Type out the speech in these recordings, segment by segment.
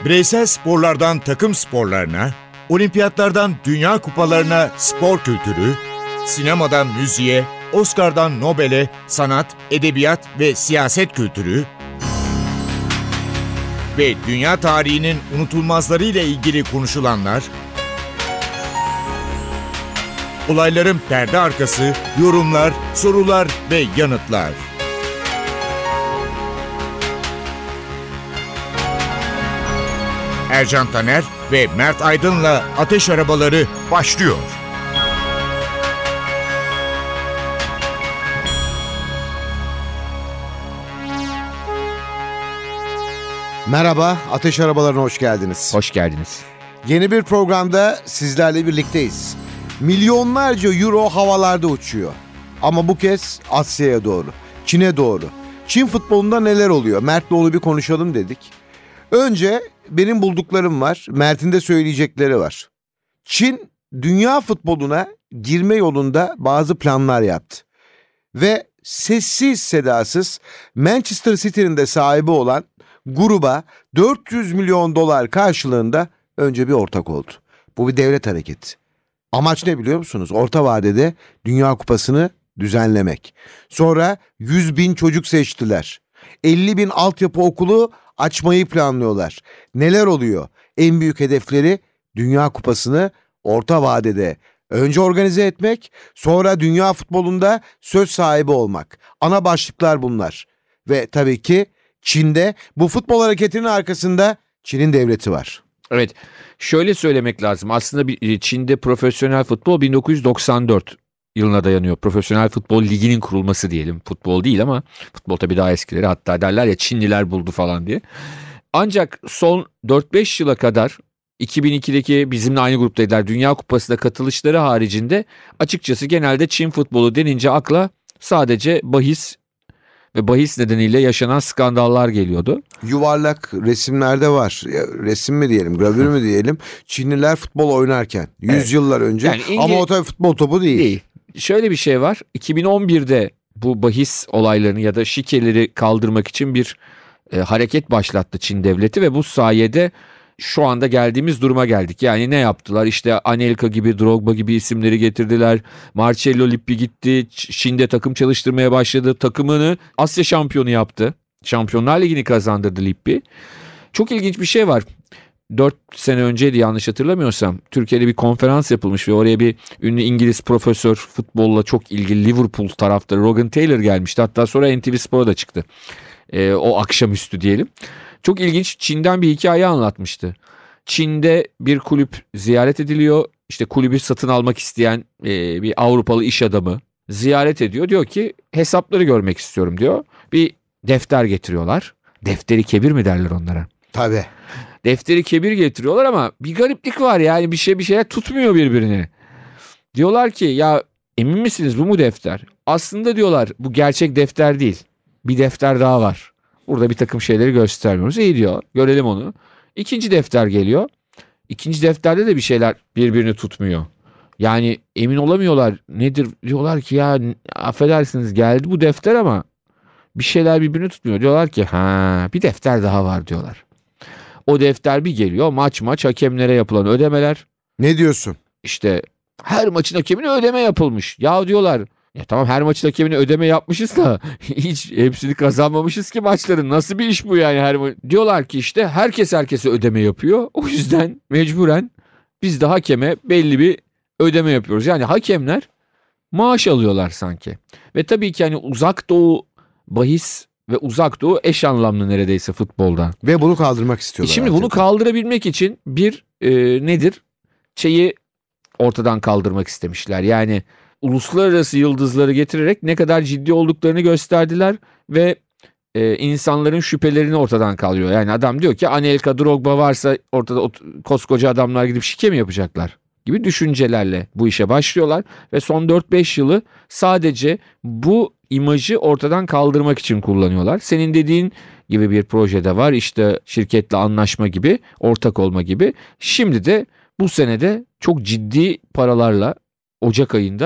Bireysel sporlardan takım sporlarına, olimpiyatlardan dünya kupalarına spor kültürü, sinemadan müziğe, Oscar'dan Nobel'e sanat, edebiyat ve siyaset kültürü ve dünya tarihinin unutulmazlarıyla ilgili konuşulanlar, olayların perde arkası, yorumlar, sorular ve yanıtlar. Ercan Taner ve Mert Aydın'la Ateş Arabaları başlıyor. Merhaba, Ateş Arabaları'na hoş geldiniz. Hoş geldiniz. Yeni bir programda sizlerle birlikteyiz. Milyonlarca euro havalarda uçuyor. Ama bu kez Asya'ya doğru, Çin'e doğru. Çin futbolunda neler oluyor? Mert'le onu bir konuşalım dedik. Önce benim bulduklarım var, Mert'in de söyleyecekleri var. Çin, dünya futboluna girme yolunda bazı planlar yaptı. Ve sessiz sedasız Manchester City'nin de sahibi olan gruba 400 milyon dolar karşılığında önce bir ortak oldu. Bu bir devlet hareketi. Amaç ne biliyor musunuz? Orta vadede Dünya Kupası'nı düzenlemek. Sonra 100 bin çocuk seçtiler. 50 bin altyapı okulu açmayı planlıyorlar. Neler oluyor? En büyük hedefleri Dünya Kupası'nı orta vadede önce organize etmek, sonra dünya futbolunda söz sahibi olmak. Ana başlıklar bunlar. Ve tabii ki Çin'de bu futbol hareketinin arkasında Çin'in devleti var. Evet, şöyle söylemek lazım. Aslında Çin'de profesyonel futbol 1994 yılına dayanıyor. Profesyonel futbol liginin kurulması diyelim. Futbol değil ama futbol tabii daha eskileri. Hatta derler ya Çinliler buldu falan diye. Ancak son 4-5 yıla kadar 2002'deki bizimle aynı gruptaydılar. Dünya Kupası'na katılışları haricinde açıkçası genelde Çin futbolu denince akla sadece bahis ve bahis nedeniyle yaşanan skandallar geliyordu. Yuvarlak resimlerde var. Resim mi diyelim, gravür mü diyelim. Çinliler futbol oynarken yüzyıllar önce. Yani ama o tabii futbol topu değil. Şöyle bir şey var. 2011'de bu bahis olaylarını ya da şikeleri kaldırmak için bir hareket başlattı Çin devleti ve bu sayede şu anda geldiğimiz duruma geldik. Yani ne yaptılar? İşte Anelka gibi, Drogba gibi isimleri getirdiler. Marcello Lippi gitti. Çin'de takım çalıştırmaya başladı. Takımını Asya şampiyonu yaptı. Şampiyonlar Ligi'ni kazandırdı Lippi. Çok ilginç bir şey var. 4 sene önceydi yanlış hatırlamıyorsam. Türkiye'de bir konferans yapılmış ve oraya bir ünlü İngiliz profesör, futbolla çok ilgili Liverpool taraftarı Rogan Taylor gelmişti. Hatta sonra NTV Spor'a da çıktı. O akşamüstü diyelim. Çok ilginç, Çin'den bir hikaye anlatmıştı. Çin'de bir kulüp ziyaret ediliyor. İşte kulübü satın almak isteyen bir Avrupalı iş adamı ziyaret ediyor. Diyor ki hesapları görmek istiyorum diyor. Bir defter getiriyorlar. Defteri kebir mi derler onlara? Tabii. Defteri kebir getiriyorlar ama bir gariplik var yani bir şeyler tutmuyor birbirini. Diyorlar ki ya emin misiniz bu mu defter? Aslında diyorlar bu gerçek defter değil. Bir defter daha var. Burada bir takım şeyleri göstermiyoruz. İyi diyor. Görelim onu. İkinci defter geliyor. İkinci defterde de bir şeyler birbirini tutmuyor. Yani emin olamıyorlar. Nedir? Diyorlar ki ya affedersiniz geldi bu defter ama bir şeyler birbirini tutmuyor. Diyorlar ki bir defter daha var diyorlar. O defter bir geliyor. Maç hakemlere yapılan ödemeler. Ne diyorsun? İşte her maçın hakemine ödeme yapılmış. Ya diyorlar. Ya tamam her maçın hakemine ödeme yapmışız da hiç hepsini kazanmamışız ki maçların. Nasıl bir iş bu yani? Diyorlar ki işte herkese ödeme yapıyor. O yüzden mecburen biz de hakeme belli bir ödeme yapıyoruz. Yani hakemler maaş alıyorlar sanki. Ve tabii ki hani uzak doğu bahis ve uzak doğu eş anlamlı neredeyse futbolda. Ve bunu kaldırmak istiyorlar. Şimdi bunu kaldırabilmek için bir nedir? Şeyi ortadan kaldırmak istemişler. Yani uluslararası yıldızları getirerek ne kadar ciddi olduklarını gösterdiler ve insanların şüphelerini ortadan kaldırıyor. Yani adam diyor ki Anelka, Drogba varsa ortada koskoca adamlar gidip şike mi yapacaklar gibi düşüncelerle bu işe başlıyorlar ve son 4-5 yılı sadece bu imajı ortadan kaldırmak için kullanıyorlar. Senin dediğin gibi bir projede var işte şirketle anlaşma gibi, ortak olma gibi. Şimdi de bu senede çok ciddi paralarla Ocak ayında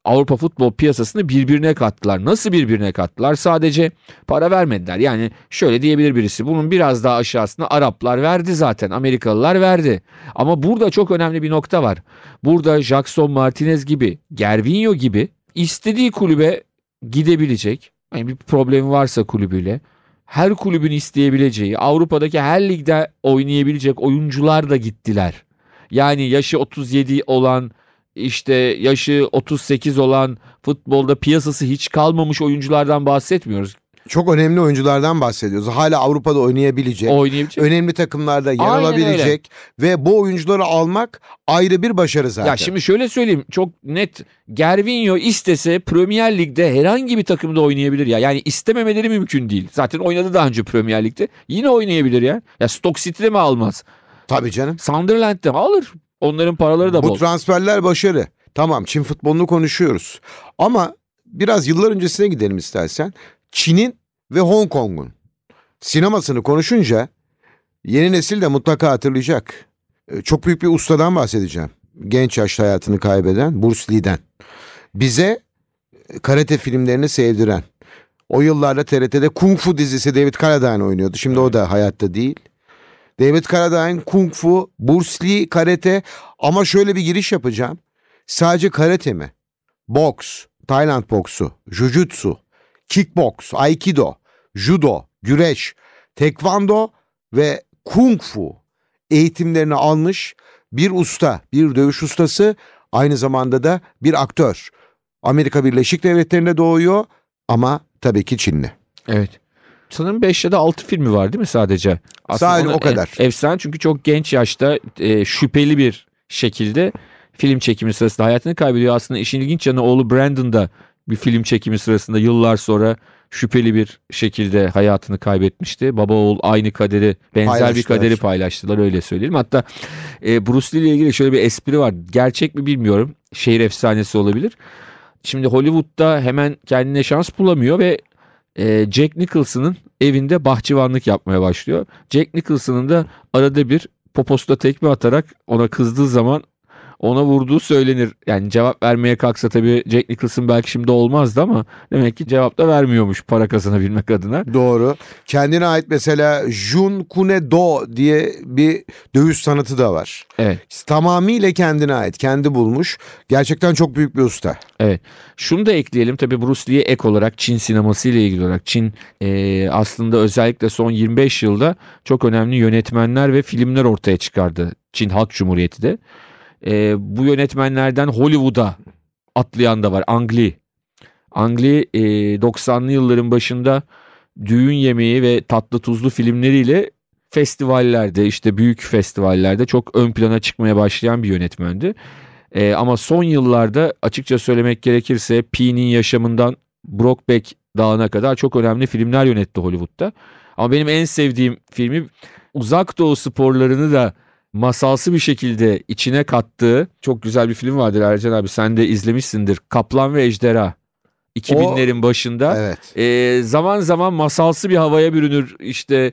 Avrupa futbol piyasasını birbirine kattılar. Nasıl birbirine kattılar? Sadece para vermediler. Yani şöyle diyebilir birisi, bunun biraz daha aşağısına Araplar verdi zaten, Amerikalılar verdi. Ama burada çok önemli bir nokta var. Burada Jackson Martinez gibi, Gervinho gibi istediği kulübe gidebilecek. Yani bir problemi varsa kulübüyle, her kulübün isteyebileceği, Avrupa'daki her ligde oynayabilecek oyuncular da gittiler. Yani yaşı 37 olan, işte yaşı 38 olan, futbolda piyasası hiç kalmamış oyunculardan bahsetmiyoruz. Çok önemli oyunculardan bahsediyoruz. Hala Avrupa'da oynayabilecek. Önemli takımlarda yer alabilecek ve bu oyuncuları almak ayrı bir başarı zaten. Ya şimdi şöyle söyleyeyim, çok net, Gervinho istese Premier Lig'de herhangi bir takımda oynayabilir ya. Yani istememeleri mümkün değil. Zaten oynadı daha önce Premier Lig'de. Yine oynayabilir ya. Ya Stoke City'de mi almaz? Tabii canım. Sunderland'de mi alır? Onların paraları da bol. Bu transferler başarı. Tamam, Çin futbolunu konuşuyoruz. Ama biraz yıllar öncesine gidelim istersen. Çin'in ve Hong Kong'un sinemasını konuşunca yeni nesil de mutlaka hatırlayacak. Çok büyük bir ustadan bahsedeceğim. Genç yaşta hayatını kaybeden Bruce Lee'den. Bize karate filmlerini sevdiren. O yıllarda TRT'de Kung Fu dizisi David Carradine oynuyordu. Şimdi o da hayatta değil. David Carradine, Kung Fu, Bruce Lee, karate, ama şöyle bir giriş yapacağım. Sadece karate mi? Boks, Tayland boksu, jujutsu, kickboks, aikido, judo, güreş, tekvando ve kung fu eğitimlerini almış bir usta, bir dövüş ustası, aynı zamanda da bir aktör. Amerika Birleşik Devletleri'nde doğuyor ama tabii ki Çinli. Evet. Sanırım 5 ya da 6 filmi var değil mi sadece? Aslında sadece o kadar. Efsane, çünkü çok genç yaşta şüpheli bir şekilde film çekimi sırasında hayatını kaybediyor. Aslında işin ilginç yanı, oğlu Brandon da bir film çekimi sırasında yıllar sonra şüpheli bir şekilde hayatını kaybetmişti. Baba oğul aynı kaderi, benzer bir kaderi paylaştılar, öyle söyleyelim. Hatta Bruce Lee ile ilgili şöyle bir espri var. Gerçek mi bilmiyorum. Şehir efsanesi olabilir. Şimdi Hollywood'da hemen kendine şans bulamıyor ve Jack Nicholson'ın evinde bahçıvanlık yapmaya başlıyor. Jack Nicholson'ın da arada bir poposuna tekme atarak ona kızdığı zaman ona vurduğu söylenir. Yani cevap vermeye kalksa tabii Jack Nicholson belki şimdi olmazdı, ama demek ki cevap da vermiyormuş para kazanabilmek adına. Doğru. Kendine ait mesela Jun Kune Do diye bir dövüş sanatı da var. Evet. Tamamıyla kendine ait. Kendi bulmuş. Gerçekten çok büyük bir usta. Evet. Şunu da ekleyelim tabii, Bruce Lee'ye ek olarak Çin sineması ile ilgili olarak. Çin aslında özellikle son 25 yılda çok önemli yönetmenler ve filmler ortaya çıkardı. Çin Halk Cumhuriyeti de. Bu yönetmenlerden Hollywood'a atlayan da var. Ang Lee. Ang Lee 90'lı yılların başında Düğün Yemeği ve Tatlı Tuzlu filmleriyle festivallerde, işte büyük festivallerde çok ön plana çıkmaya başlayan bir yönetmendi. Ama son yıllarda açıkça söylemek gerekirse Pi'nin Yaşamından Brokeback Dağı'na kadar çok önemli filmler yönetti Hollywood'da. Ama benim en sevdiğim filmi, Uzak Doğu sporlarını da masalsı bir şekilde içine kattığı çok güzel bir film vardır Ercan abi, sen de izlemişsindir. Kaplan ve Ejderha. 2000'lerin başında. Evet. Zaman zaman masalsı bir havaya bürünür. İşte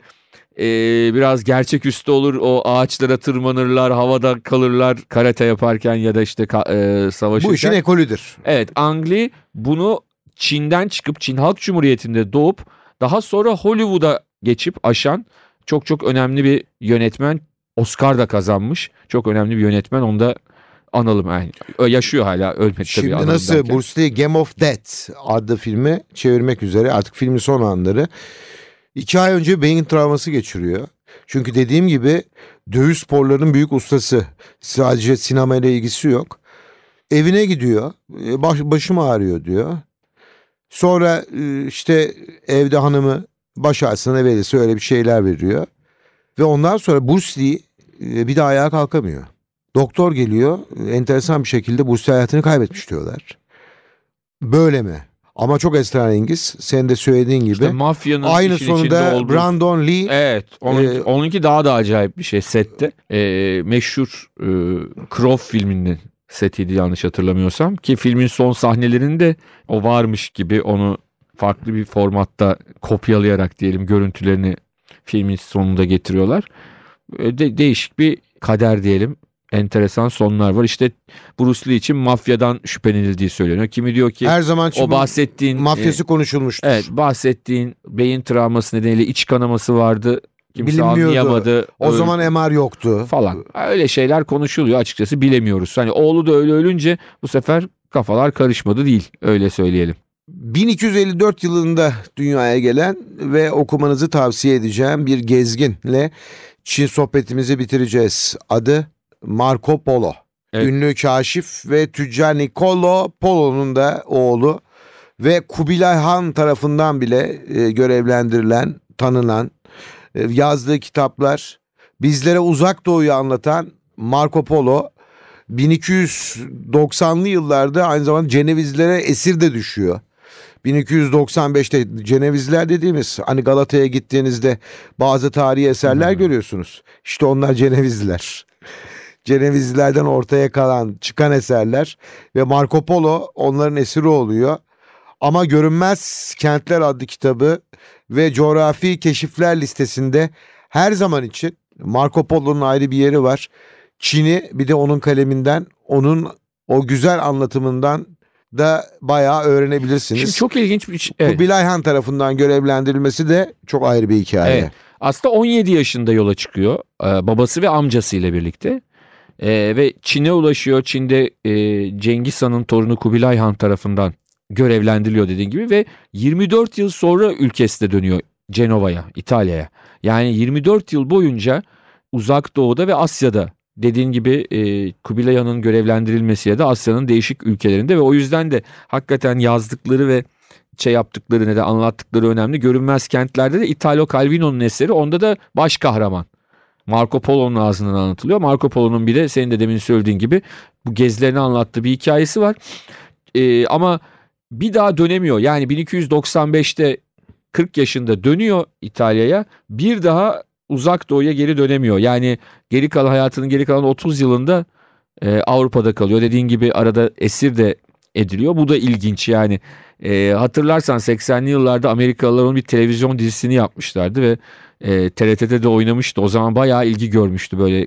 biraz gerçeküstü olur. O ağaçlara tırmanırlar, havada kalırlar karate yaparken ya da işte savaşırken. Bu işin ekolüdür. Evet, Ang Lee bunu Çin'den çıkıp, Çin Halk Cumhuriyeti'nde doğup daha sonra Hollywood'a geçip aşan çok çok önemli bir yönetmen. Oscar da kazanmış. Çok önemli bir yönetmen. Onu da analım. Yani yaşıyor hala, ölmedi tabii. Şimdi nasıl derken, Bruce Lee Game of Death adlı filmi çevirmek üzere, artık filmin son anları. 2 ay önce beyin travması geçiriyor. Çünkü dediğim gibi dövüş sporlarının büyük ustası. Sadece sinemayla ilgisi yok. Evine gidiyor. Başım ağrıyor diyor. Sonra işte evde hanımı baş ağrısına verirse öyle bir şeyler veriyor. Ve ondan sonra Bruce Lee bir daha ayağa kalkamıyor. Doktor geliyor, enteresan bir şekilde Bruce Lee hayatını kaybetmiş diyorlar. Böyle mi? Ama çok esrarengiz. Sen de söylediğin gibi. İşte mafyanın aynı sonunda Brandon Lee. Evet. Onunki daha da acayip bir şey sette. Meşhur Crow filminin setiydi yanlış hatırlamıyorsam. Ki filmin son sahnelerinde o varmış gibi onu farklı bir formatta kopyalayarak diyelim görüntülerini filmin sonunda getiriyorlar. Değişik bir kader diyelim. enteresan sonlar var. İşte Bruce Lee için mafyadan şüphelenildiği söyleniyor. Kimi diyor ki Her zaman o bahsettiğin mafyası konuşulmuştur. Evet, bahsettiğin beyin travması nedeniyle iç kanaması vardı. Kimse Bilinmiyordu. anlayamadı. O zaman MR yoktu. Falan. Öyle şeyler konuşuluyor, açıkçası bilemiyoruz. Hani oğlu da öyle ölünce bu sefer kafalar karışmadı değil, öyle söyleyelim. 1254 yılında dünyaya gelen ve okumanızı tavsiye edeceğim bir gezginle Çin sohbetimizi bitireceğiz. Adı Marco Polo. Evet. Ünlü kaşif ve tüccar Niccolo Polo'nun da oğlu ve Kubilay Han tarafından bile görevlendirilen, tanınan, yazdığı kitaplar, bizlere Uzak Doğu'yu anlatan Marco Polo 1290'lı yıllarda aynı zamanda Cenevizlere esir de düşüyor. 1295'te Cenevizler dediğimiz, hani Galata'ya gittiğinizde bazı tarihi eserler görüyorsunuz. İşte onlar Cenevizler. Cenevizlerden ortaya çıkan eserler ve Marco Polo onların esiri oluyor. Ama Görünmez Kentler adlı kitabı ve coğrafi keşifler listesinde her zaman için Marco Polo'nun ayrı bir yeri var. Çin'i bir de onun kaleminden, onun o güzel anlatımından da bayağı öğrenebilirsiniz. Şimdi çok ilginç bir şey. Evet. Kubilay Han tarafından görevlendirilmesi de çok ayrı bir hikaye. Evet. Aslında 17 yaşında yola çıkıyor. Babası ve amcasıyla birlikte. Ve Çin'e ulaşıyor. Çin'de Cengiz Han'ın torunu Kubilay Han tarafından görevlendiriliyor dediğin gibi. Ve 24 yıl sonra ülkesine dönüyor, Cenova'ya, İtalya'ya. Yani 24 yıl boyunca Uzak Doğu'da ve Asya'da, dediğin gibi Kubilay Han'ın görevlendirilmesiyle de Asya'nın değişik ülkelerinde, ve o yüzden de hakikaten yazdıkları ve yaptıkları ne de anlattıkları önemli. Görünmez Kentlerde de Italo Calvino'nun eseri, onda da baş kahraman Marco Polo'nun ağzından anlatılıyor. Marco Polo'nun bir de senin de demin söylediğin gibi bu gezilerini anlattığı bir hikayesi var. Ama bir daha dönemiyor. Yani 1295'te 40 yaşında dönüyor İtalya'ya. Bir daha Uzak Doğu'ya geri dönemiyor. Yani hayatının geri kalan 30 yılında Avrupa'da kalıyor. Dediğin gibi arada esir de ediliyor. Bu da ilginç yani. Hatırlarsan 80'li yıllarda Amerikalılar onun bir televizyon dizisini yapmışlardı ve TRT'de de oynamıştı. O zaman bayağı ilgi görmüştü böyle.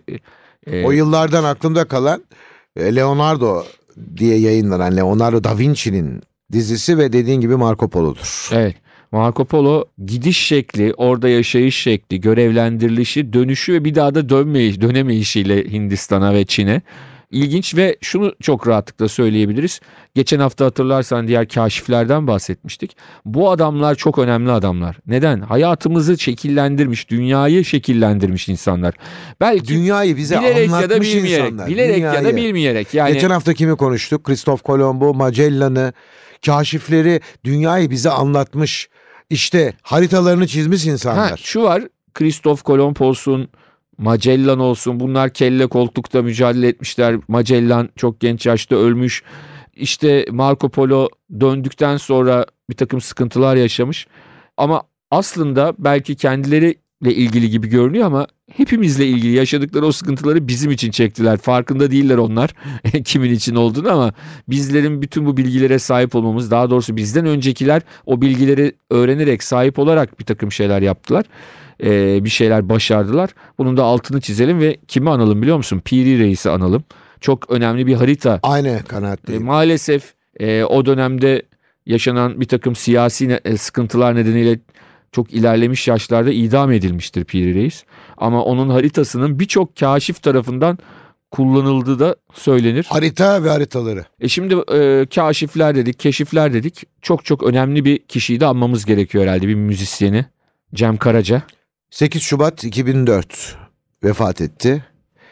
O yıllardan aklımda kalan Leonardo diye yayınlanan Leonardo da Vinci'nin dizisi ve dediğin gibi Marco Polo'dur. Evet. Marco Polo gidiş şekli, orada yaşayış şekli, görevlendirilişi, dönüşü ve bir daha da dönemeyişiyle Hindistan'a ve Çin'e ilginç. Ve şunu çok rahatlıkla söyleyebiliriz. Geçen hafta hatırlarsan diğer kaşiflerden bahsetmiştik. Bu adamlar çok önemli adamlar. Neden? Hayatımızı şekillendirmiş, dünyayı şekillendirmiş insanlar. Belki dünyayı bize bilerek anlatmış ya da bilmeyerek, insanlar. bilerek Dünyayı. ya da bilmeyerek. Yani geçen hafta kimi konuştuk? Christoph Colombo, Magellan'ı, kaşifleri, dünyayı bize anlatmış. İşte haritalarını çizmiş insanlar. Şu var, Christoph Kolomb olsun, Magellan olsun, bunlar kelle koltukta mücadele etmişler. Magellan çok genç yaşta ölmüş. İşte Marco Polo döndükten sonra bir takım sıkıntılar yaşamış. Ama aslında belki kendileriyle ilgili gibi görünüyor ama hepimizle ilgili yaşadıkları o sıkıntıları bizim için çektiler. Farkında değiller onlar kimin için olduğunu, ama bizlerin bütün bu bilgilere sahip olmamız, daha doğrusu bizden öncekiler o bilgileri öğrenerek, sahip olarak bir takım şeyler yaptılar. Bir şeyler başardılar. Bunun da altını çizelim ve kimi analım biliyor musun? Piri Reis'i analım. Çok önemli bir harita. Aynı kanaatteyim. Maalesef o dönemde yaşanan bir takım siyasi sıkıntılar nedeniyle çok ilerlemiş yaşlarda idam edilmiştir Piri Reis. Ama onun haritasının birçok kaşif tarafından kullanıldığı da söylenir. Harita ve haritaları. Şimdi kaşifler dedik, keşifler dedik. Çok çok önemli bir kişiyi de anmamız gerekiyor herhalde, bir müzisyeni. Cem Karaca. 8 Şubat 2004 vefat etti.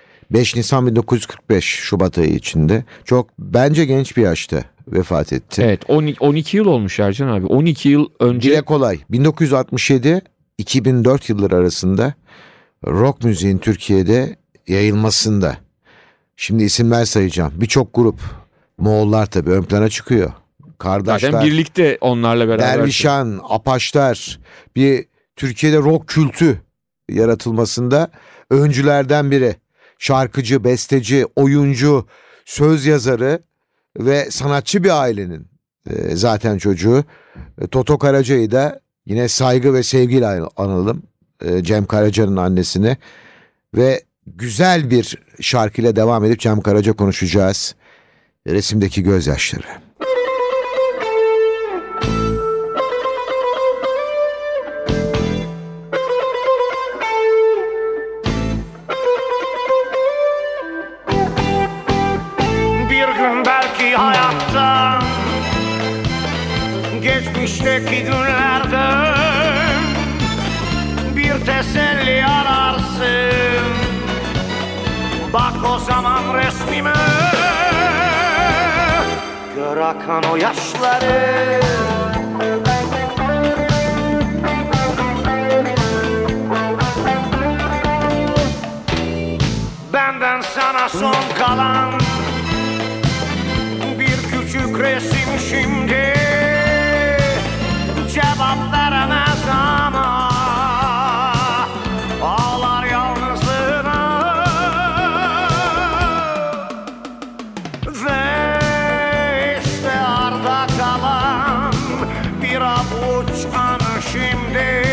5 Nisan 1945 Şubat ayı içinde. Çok bence genç bir yaşta vefat etti. Evet, 12 yıl olmuş Ercan abi. 12 yıl önce. Dile kolay. 1967-2004 yılları arasında rock müziğin Türkiye'de yayılmasında. Şimdi isimler sayacağım. Birçok grup. Moğollar tabii ön plana çıkıyor. Kardeşler. Zaten birlikte onlarla beraber. Dervişan, Apaçlar. Bir Türkiye'de rock kültü yaratılmasında öncülerden biri. Şarkıcı, besteci, oyuncu, söz yazarı ve sanatçı bir ailenin zaten çocuğu. Toto Karaca'yı da yine saygı ve sevgiyle analım. Cem Karaca'nın annesini. Ve güzel bir şarkıyla devam edip Cem Karaca konuşacağız. Resimdeki gözyaşları. Bir gün belki hayattan, geçmişteki günlerden bir teselli ararsın. Bak o zaman resmime, gör akan o yaşları. Benden sana son kalan bir küçük resim şimdi, cevap veremez ama ağlar yalnızlığına. Ve işte arda kalan bir avuç anı şimdi,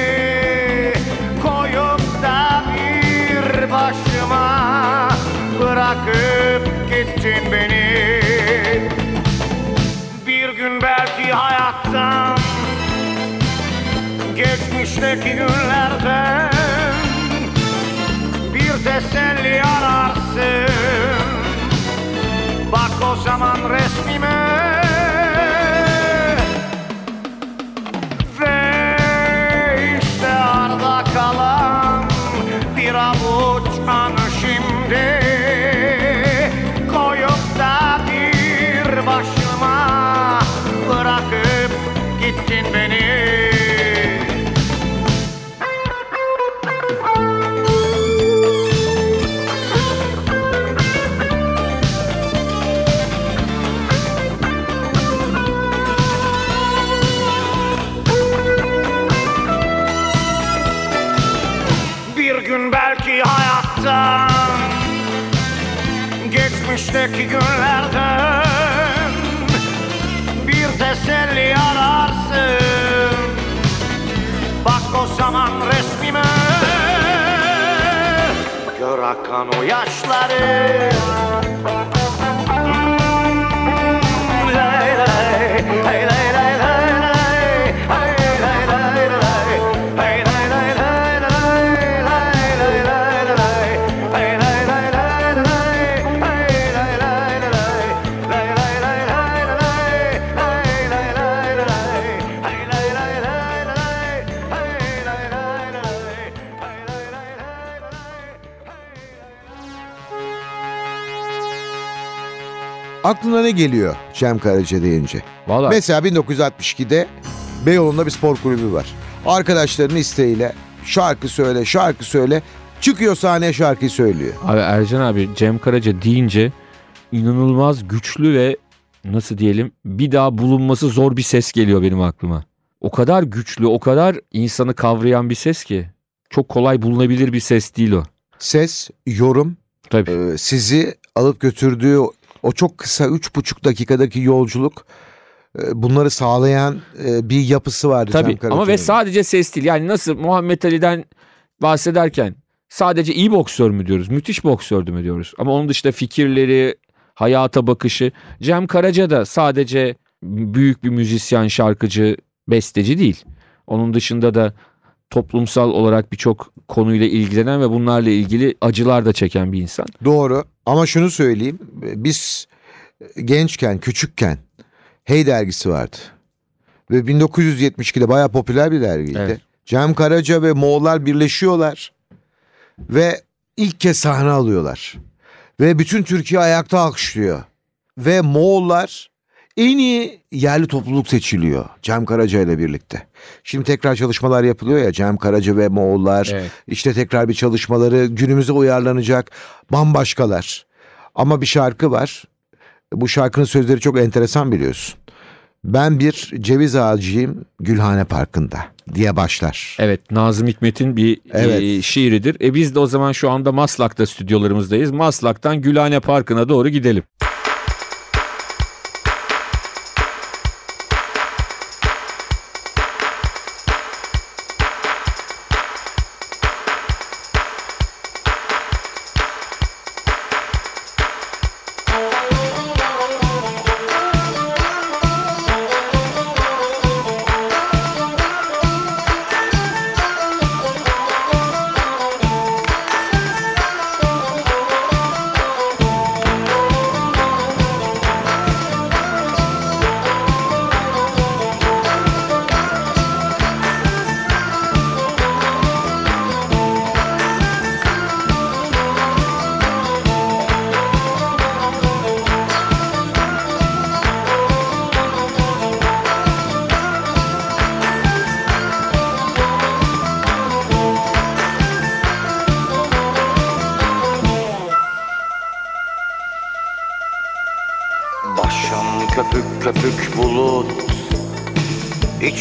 koyup da bir başıma bırakıp gittin beni. Bir gün belki hayattan, geçmişteki günlerden bir teselli ararsın. Bak o zaman resmime, ve işte arda kalan bir avuç anı şimdi, koyup da bir başıma bırakıp gittin beni. Bir gün belki hayattan, geçmişteki günlerden bir teselli ararsın. Bak o zaman resmime, gör akan o yaşları. Lay lay, lay lay lay lay lay, lay lay lay lay, lay lay lay lay lay, lay lay lay lay, lay lay lay lay lay, lay lay lay lay, lay lay lay lay lay, lay lay lay lay, lay lay lay lay lay, lay lay lay lay. Aklına ne geliyor Cem Karaca deyince? Vallahi Mesela 1962'de Beyoğlu'nda bir spor kulübü var. Arkadaşlarının isteğiyle şarkı söyle. Çıkıyor sahneye şarkıyı söylüyor. abi Ercan abi Cem Karaca deyince inanılmaz güçlü ve nasıl diyelim bir daha bulunması zor bir ses geliyor benim aklıma. O kadar güçlü, o kadar insanı kavrayan bir ses ki çok kolay bulunabilir bir ses değil o. Ses, yorum, Tabii. sizi alıp götürdüğü o çok kısa 3,5 dakikadaki yolculuk, bunları sağlayan bir yapısı vardı Cem Tabii Karaca'nın. ama ve sadece ses değil. Yani nasıl Muhammed Ali'den bahsederken sadece iyi boksör mü diyoruz, müthiş boksördü mü diyoruz. Ama onun dışında fikirleri, hayata bakışı. Cem Karaca da sadece büyük bir müzisyen, şarkıcı, besteci değil. Onun dışında da toplumsal olarak birçok konuyla ilgilenen ve bunlarla ilgili acılar da çeken bir insan. Doğru ama şunu söyleyeyim, biz gençken, küçükken Hey dergisi vardı. Ve 1972'de bayağı popüler bir dergiydi. Evet. Cem Karaca ve Moğollar birleşiyorlar ve ilk kez sahne alıyorlar. Ve bütün Türkiye ayakta alkışlıyor. Ve Moğollar en iyi yerli topluluk seçiliyor Cem Karaca ile birlikte. Şimdi tekrar çalışmalar yapılıyor ya, Cem Karaca ve Moğollar. Evet. İşte tekrar bir çalışmaları günümüze uyarlanacak, bambaşkalar. Ama bir şarkı var. Bu şarkının sözleri çok enteresan biliyorsun. Ben bir ceviz ağacıyım Gülhane Parkı'nda diye başlar. Evet, Nazım Hikmet'in bir Evet. şiiridir. Biz de o zaman şu anda Maslak'ta stüdyolarımızdayız. Maslak'tan Gülhane Parkı'na doğru gidelim.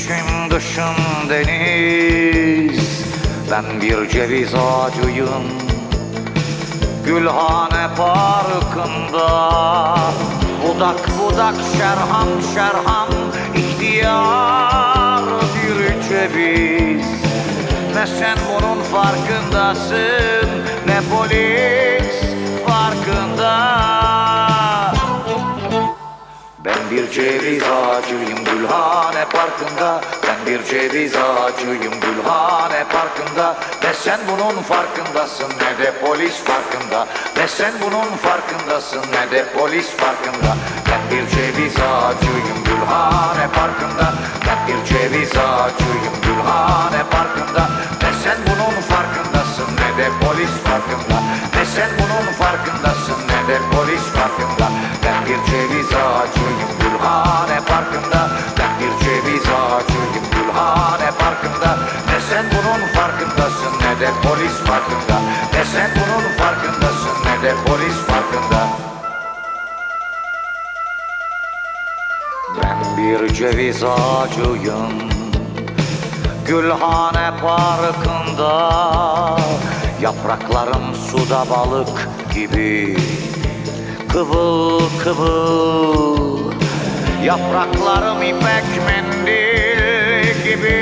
İçim dışım deniz, ben bir ceviz ağacıyım. Gülhane Parkı'nda budak budak şerham şerham ihtiyar bir ceviz. Ne sen bunun farkındasın, ne polis farkında. Ben bir ceviz ağacıyım Gülhane Parkı'nda. Ben bir ceviz ağacıyım Gülhane Parkı'nda. Ne sen bunun farkındasın, ne de polis farkında. Ne sen bunun farkındasın, ne de polis farkında. Ben bir ceviz ağacıyım Gülhane Parkı'nda. Ben bir ceviz ağacıyım Gülhane Parkı'nda. Ne sen bunun farkındasın, ne de polis farkında. Ne sen bunun farkındasın, ne de polis farkında. Ben bir ceviz ağacıyım Gülhane Parkı'nda. Ben bir ceviz ağacıyım Gülhane Parkı'nda. Ne sen bunun farkındasın, ne de polis farkında. Ne sen bunun farkındasın, ne de polis farkında. Ben bir ceviz ağacıyım Gülhane Parkı'nda. Yapraklarım suda balık gibi kıvıl kıvıl. Yapraklarım ipek mendil gibi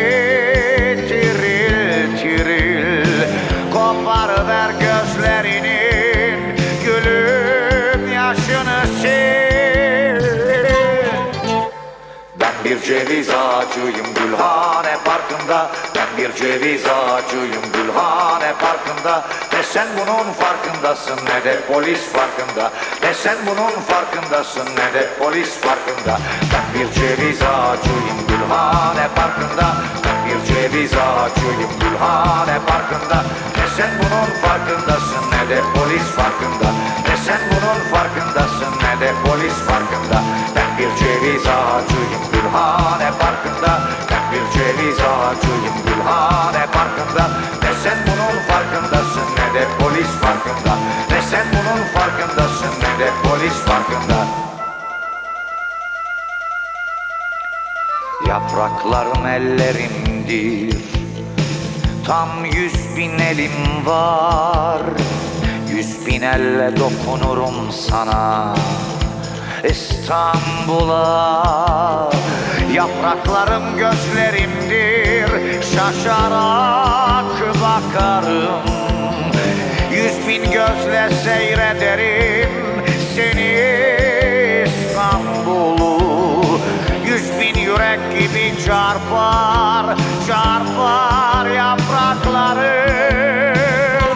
tiril tiril. Koparıver gözlerinin gülüm yaşını sil. Ben bir ceviz ağacıyım Gülhane Parkı'nda. Ben bir ceviz ağacıyım Gülhane Parkı'nda. Ne sen bunun farkındasın, ne de polis farkında. Ne sen bunun farkındasın, ne de polis farkında. Ben bir ceviz ağacıyım Gülhane Parkı'nda. Ben bir ceviz ağacıyım Gülhane Parkı'nda. Ne sen bunun farkındasın, ne de polis farkında. Ne sen bunun farkındasın, ne de polis farkında. Ben bir ceviz ağacıyım Gülhane Parkı'nda. Ben bir ceviz ağacıyım Gülhane Parkı'nda. Ne sen bunun farkındasın, ne de polis farkında. Ne sen bunun farkındasın, ne de polis farkında. Yapraklarım ellerimdir, tam 100.000 elim var. 100.000 elle dokunurum sana İstanbul'a. Yapraklarım gözlerimdir, şaşarak bakarım. 100.000 gözle seyrederim seni İstanbul'u. 100.000 yürek gibi çarpar, çarpar yapraklarım.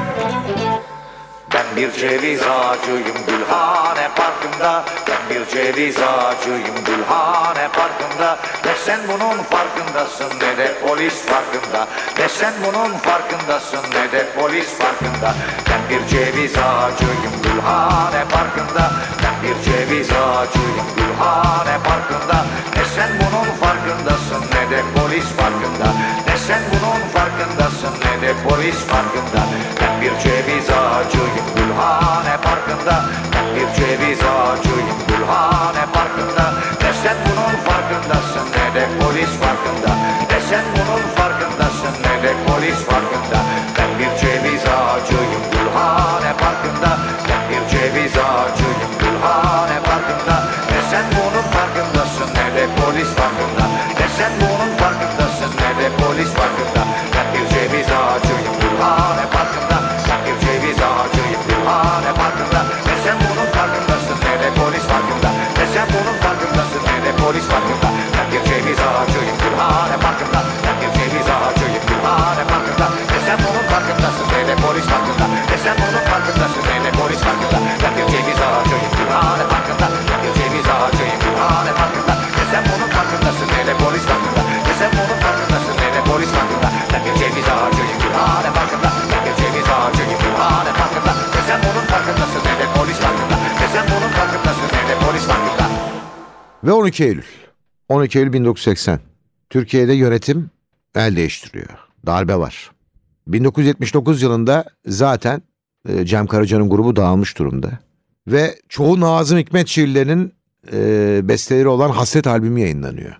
Ben bir ceviz ağacıyım Gülhane Parkı'nda. Ben bir ceviz ağacıyım Gülhane Parkı'nda. Ne sen bunun farkındasın, ne de polis farkında. Ne sen bunun farkındasın, ne de polis farkında. Ben bir ceviz ağacıyım Gülhane Parkı'nda. Ben bir ceviz ağacıyım Gülhane Parkı'nda. Ne sen bunun farkındasın, ne de polis farkında. Ne sen bunun farkındasın, ne de polis farkında. Ben bir ceviz ağacıyım Gülhane Parkı'nda. Ben bir ceviz ağacıyım Gülhane Parkı'nda. Ne sen bunun farkındasın, ne de polis farkında. Ne sen bunun farkındasın, ne de polis farkında. Ben bir ceviz ağacıyım Gülhane Parkı'nda. Ben bir ceviz ağacıyım Gülhane Parkı'nda. Ne sen bunun farkındasın, ne de polis farkında. Ne sen bunun farkındasın, ne de polis farkında. Ben bir ceviz ağacıyım Gülhane Parkı'nda. Ben bir ceviz ağacıyım Gülhane Parkı'nda. Ne sen bunun farkındasın, ne de polis farkında. Ne sen bunun farkındasın, ne de polis farkında. Ben bir ceviz ağacıyım Gülhane Parkı'nda. Ben bir ceviz ağacıyım Gülhane Parkı'nda. Ne sen bunun farkındasın, ne de polis farkında. Ne sen bunun farkındasın, ne de polis farkında. Ben bir ceviz ağacıyım Gülhane Parkı'nda. Ben bir ceviz ağacıyım Gülhane Parkı'nda. Ne sen bunun farkındasın, ne de polis farkında. Ne sen bunun farkındasın, ne de polis farkında. Ben bir ceviz ağacıyım Gülhane Parkı'nda. Ben bir ceviz ağacıyım Gülhane Parkı'nda. Ne sen bunun farkındasın, ne de polis farkında. Ne sen bunun farkındasın, ne de polis farkında. Ve 12 Eylül. 12 Eylül 1980. Türkiye'de yönetim el değiştiriyor. Darbe var. 1979 yılında zaten Cem Karaca'nın grubu dağılmış durumda. Ve çoğu Nazım Hikmet şiirlerinin besteleri olan Hasret albümü yayınlanıyor.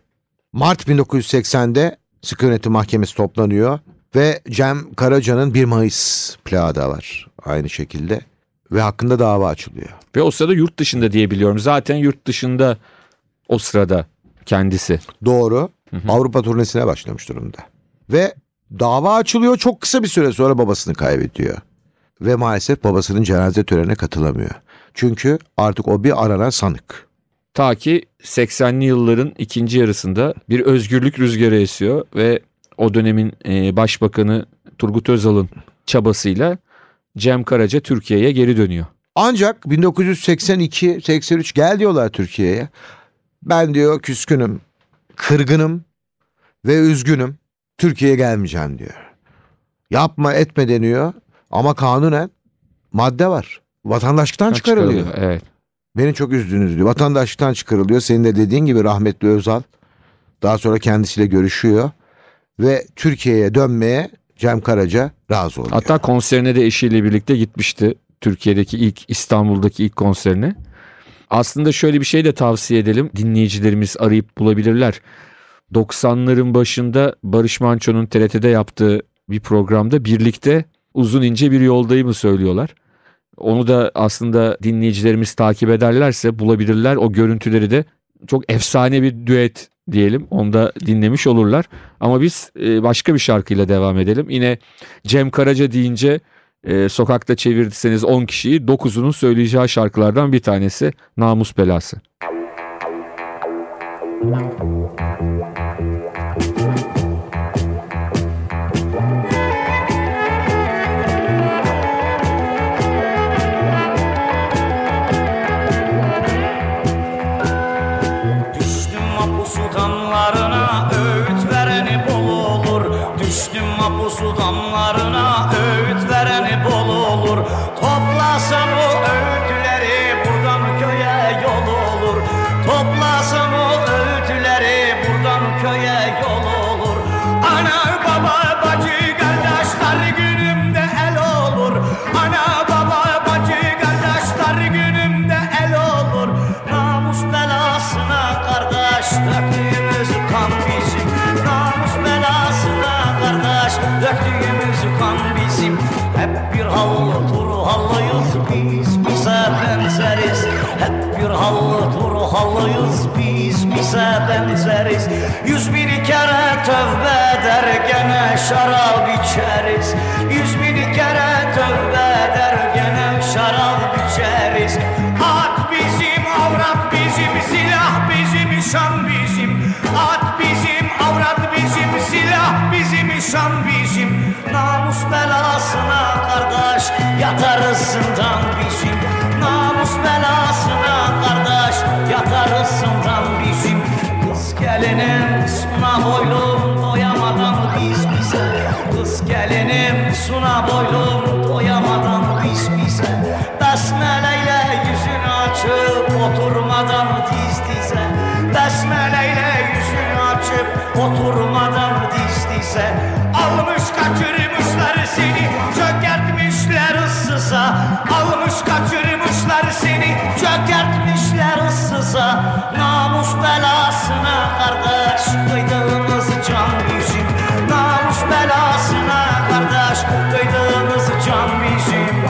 Mart 1980'de Sıkı Yönetim Mahkemesi toplanıyor ve Cem Karaca'nın 1 Mayıs plağı da var aynı şekilde ve hakkında dava açılıyor. Ve o sırada yurt dışında diye biliyorum. Zaten yurt dışında o sırada kendisi. Doğru. Avrupa turnesine başlamış durumda. Ve dava açılıyor, çok kısa bir süre sonra babasını kaybediyor. Ve maalesef babasının cenaze törenine katılamıyor. Çünkü artık o bir aranan sanık. Ta ki 80'li yılların ikinci yarısında bir özgürlük rüzgarı esiyor ve o dönemin başbakanı Turgut Özal'ın çabasıyla Cem Karaca Türkiye'ye geri dönüyor. Ancak 1982-83 gel diyorlar Türkiye'ye. Ben diyor küskünüm, kırgınım ve üzgünüm. Türkiye'ye gelmeyeceğim diyor. Yapma etme deniyor ama kanunen madde var. Vatandaşlıktan çıkarılıyor. Evet. Beni çok üzdünüz diyor. Vatandaşlıktan çıkarılıyor. Senin de dediğin gibi rahmetli Özal daha sonra kendisiyle görüşüyor ve Türkiye'ye dönmeye Cem Karaca razı oluyor. Hatta konserine de eşiyle birlikte gitmişti. Türkiye'deki İstanbul'daki ilk konserine. Aslında şöyle bir şey de tavsiye edelim. Dinleyicilerimiz arayıp bulabilirler. 90'ların başında Barış Manço'nun TRT'de yaptığı bir programda birlikte Uzun ince bir yoldayımı söylüyorlar. Onu da aslında dinleyicilerimiz takip ederlerse bulabilirler. O görüntüleri de çok efsane bir düet diyelim. Onu da dinlemiş olurlar. Ama biz başka bir şarkıyla devam edelim. Yine Cem Karaca deyince sokakta çevirdiyseniz 10 kişiyi 9'unun söyleyeceği şarkılardan bir tanesi Namus Belası. Düştüm mapusu damlarına, öğüt vereni bol olur. Düştüm mapusu damlarına, öğüt vereni bol olur. Toplasam o öğütleri buradan köye yol olur. Toplasam o öğütleri buradan köye yol olur. Ana baba bacı kardeşler günümde el olur. Ana baba bacı kardeşler günümde el olur. Namus belasına kardeş döktüğümüz kan bizim. Namus belasına kardeş döktüğümüz kan bizim. Hep bir hallı turhallıyız biz bize benzeriz. Hep bir hallı turhallıyız biz bize benzeriz. 100.000 kere tövbe eder gene şarap içeriz. 100.000 kere tövbe eder gene şarap içeriz. At bizim, avrat bizim, silah bizim, şan bizim. At bizim, avrat bizim, silah bizim, şan bizim. Namus belasına kardeş yatarız zindan bizim. Namus belasına kardeş yatarız zindan bizim. Kız gelinim suna boylum doyamadan biz bize. Kız gelinim suna boylum doyamadan biz bize. Besmeleyle yüzünü açıp oturmadan diz dize. Besmeleyle yüzünü açıp oturmadan diz dize. Almış kaçırmışlar seni, çökertmişler ıssıza. Almış kaçırmışlar seni, çökertmişler ıssıza. Namus belasına kardeş kıydığımız can bizim. Namus belasına kardeş kıydığımız can bizim.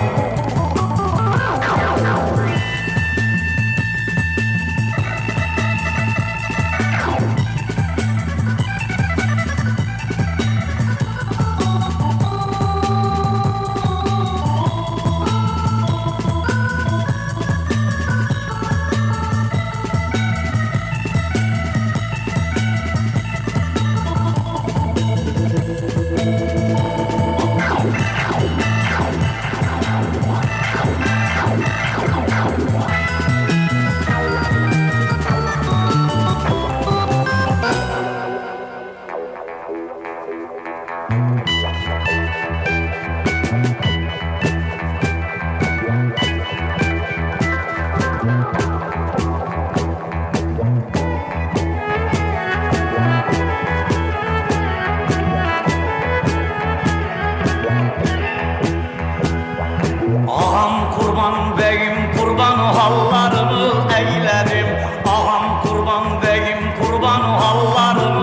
Ağam kurban beyim kurban o hallarını eylerim. Ağam kurban beyim kurban o hallarını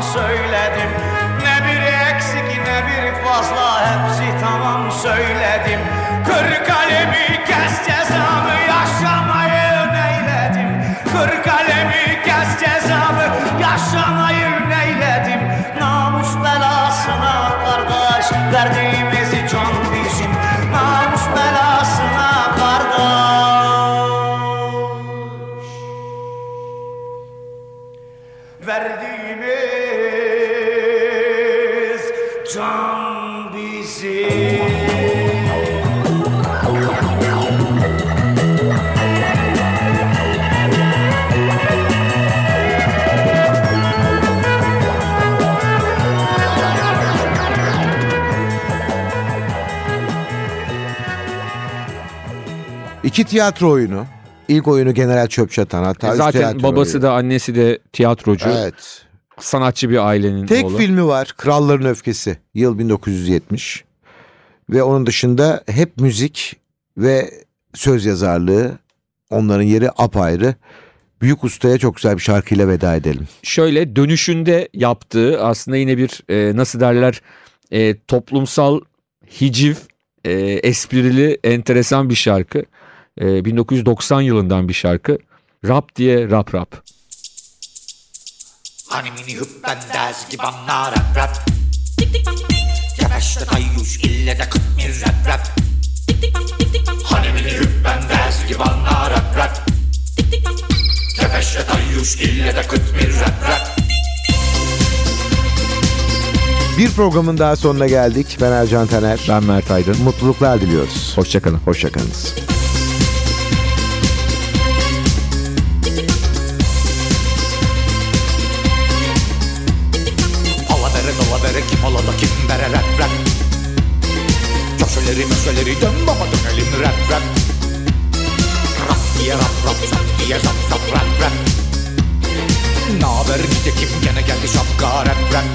söyledim. Ne bir eksik ne bir fazla, hepsi tamam söyledim. Kır kalemi kes cezamı, yaşamayı neyledim. Kır kalemi kes cezamı, yaşamayı neyledim. Namus belasına kardeş, verdiğimiz can bizim. Namus belasına kardeş, verdiğimiz can bizim. İki tiyatro oyunu. İlk oyunu General Çöpçatan. Hatta Zaten babası da annesi de tiyatrocu. Evet. Sanatçı bir ailenin Tek oğlu. filmi var, Kralların Öfkesi, yıl 1970. Ve onun dışında hep müzik ve söz yazarlığı, onların yeri apayrı. Büyük ustaya çok güzel bir şarkıyla veda edelim. Şöyle dönüşünde yaptığı aslında yine bir nasıl derler toplumsal hiciv, esprili, enteresan bir şarkı. 1990 yılından bir şarkı. Rap diye rap rap. Hani mini hüppendez gibi anlar rap rap. Yavaşta tayyuş ille de kıtmir rap rap. Hani mini hüppendez gibi anlar rap rap. Yavaşta tayyuş ille de kıtmir rap rap. Bir programın daha sonuna geldik. Ben Ercan Taner. Ben Mert Aydın. Mutluluklar diliyoruz. Hoşçakalın. Hoşçakalınız. Alavere kim alada kim bere rap rap. Köşeleri dön baba dönelim rap rap. Rap diye rap rap, zap diye zap zap rap rap. Naber nitekim gene geldi şapka rap rap.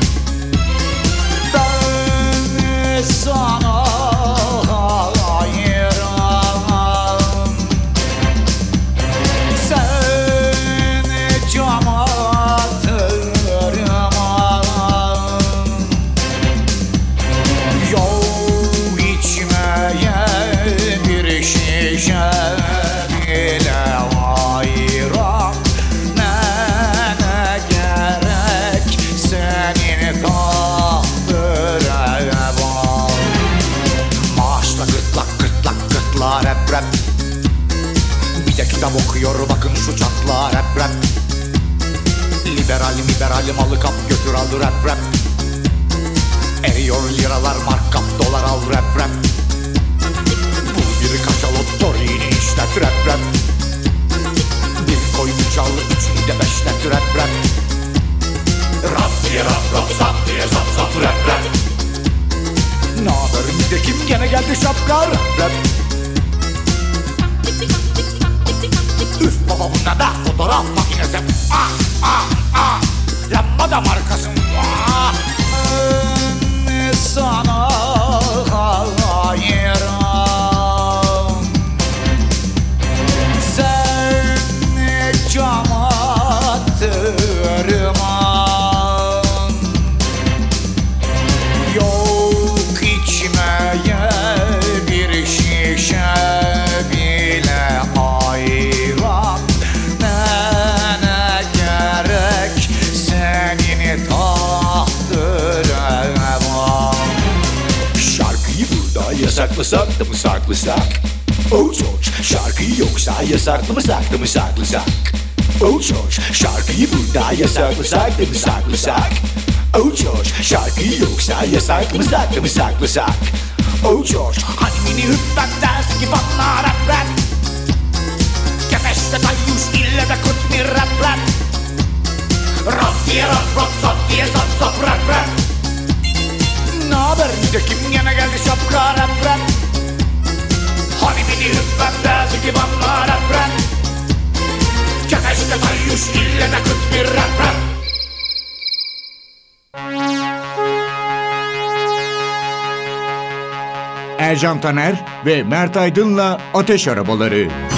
Ben sana hayran, sen cemaatırman. Yok içmeye bir şişe bile ayran. Ne gerek senin kahvere var. Maaşla gırtlak rap rap. Bir de kitap okuyor bakın şu çatla rap rap. Liberalim alı kap götür al rap rap. Eriyor liralar mark kap dolar al rap rap. Bul bir kaşalot torini işlet rap rap. Bir koy bıçalı içinde beşlet rap rap. Rap diye rap rap, zap diye zap zap rap rap. Naber nitekim gene geldi şapka rap rap. Üf baba bu ne be, fotoğraf makinesi. Ah ah ah, lambada markası. Ah. Sana hayran, sen cemaatırman. Yok içmeye bir şişe bile ayran. Ne gerek senin tahtına var. Şarkıyı burada yasaklasak da mı saklasak? Oh George, şarkıyı yoksa yasaklamasak da mı saklasak? Oh George, şarkıyı burada yasaklasak da mı saklasak? Oh George, şarkıyı yoksa yasaklamasak da mı saklasak? Oh George, hani mini hüppendez gibi anlar rap rap. Kefeşte tayyuş ille de kutmir rap rap. Rap diye rap rap, zap diye zap zap rap rap. Naber nitekim gene geldi şapka rap rap. Hani mini hüppendez gibi anlar rap rap. Kefeşte tayyuş ille de kutmir rap rap. Ercan Taner ve Mert Aydın'la Ateş Arabaları.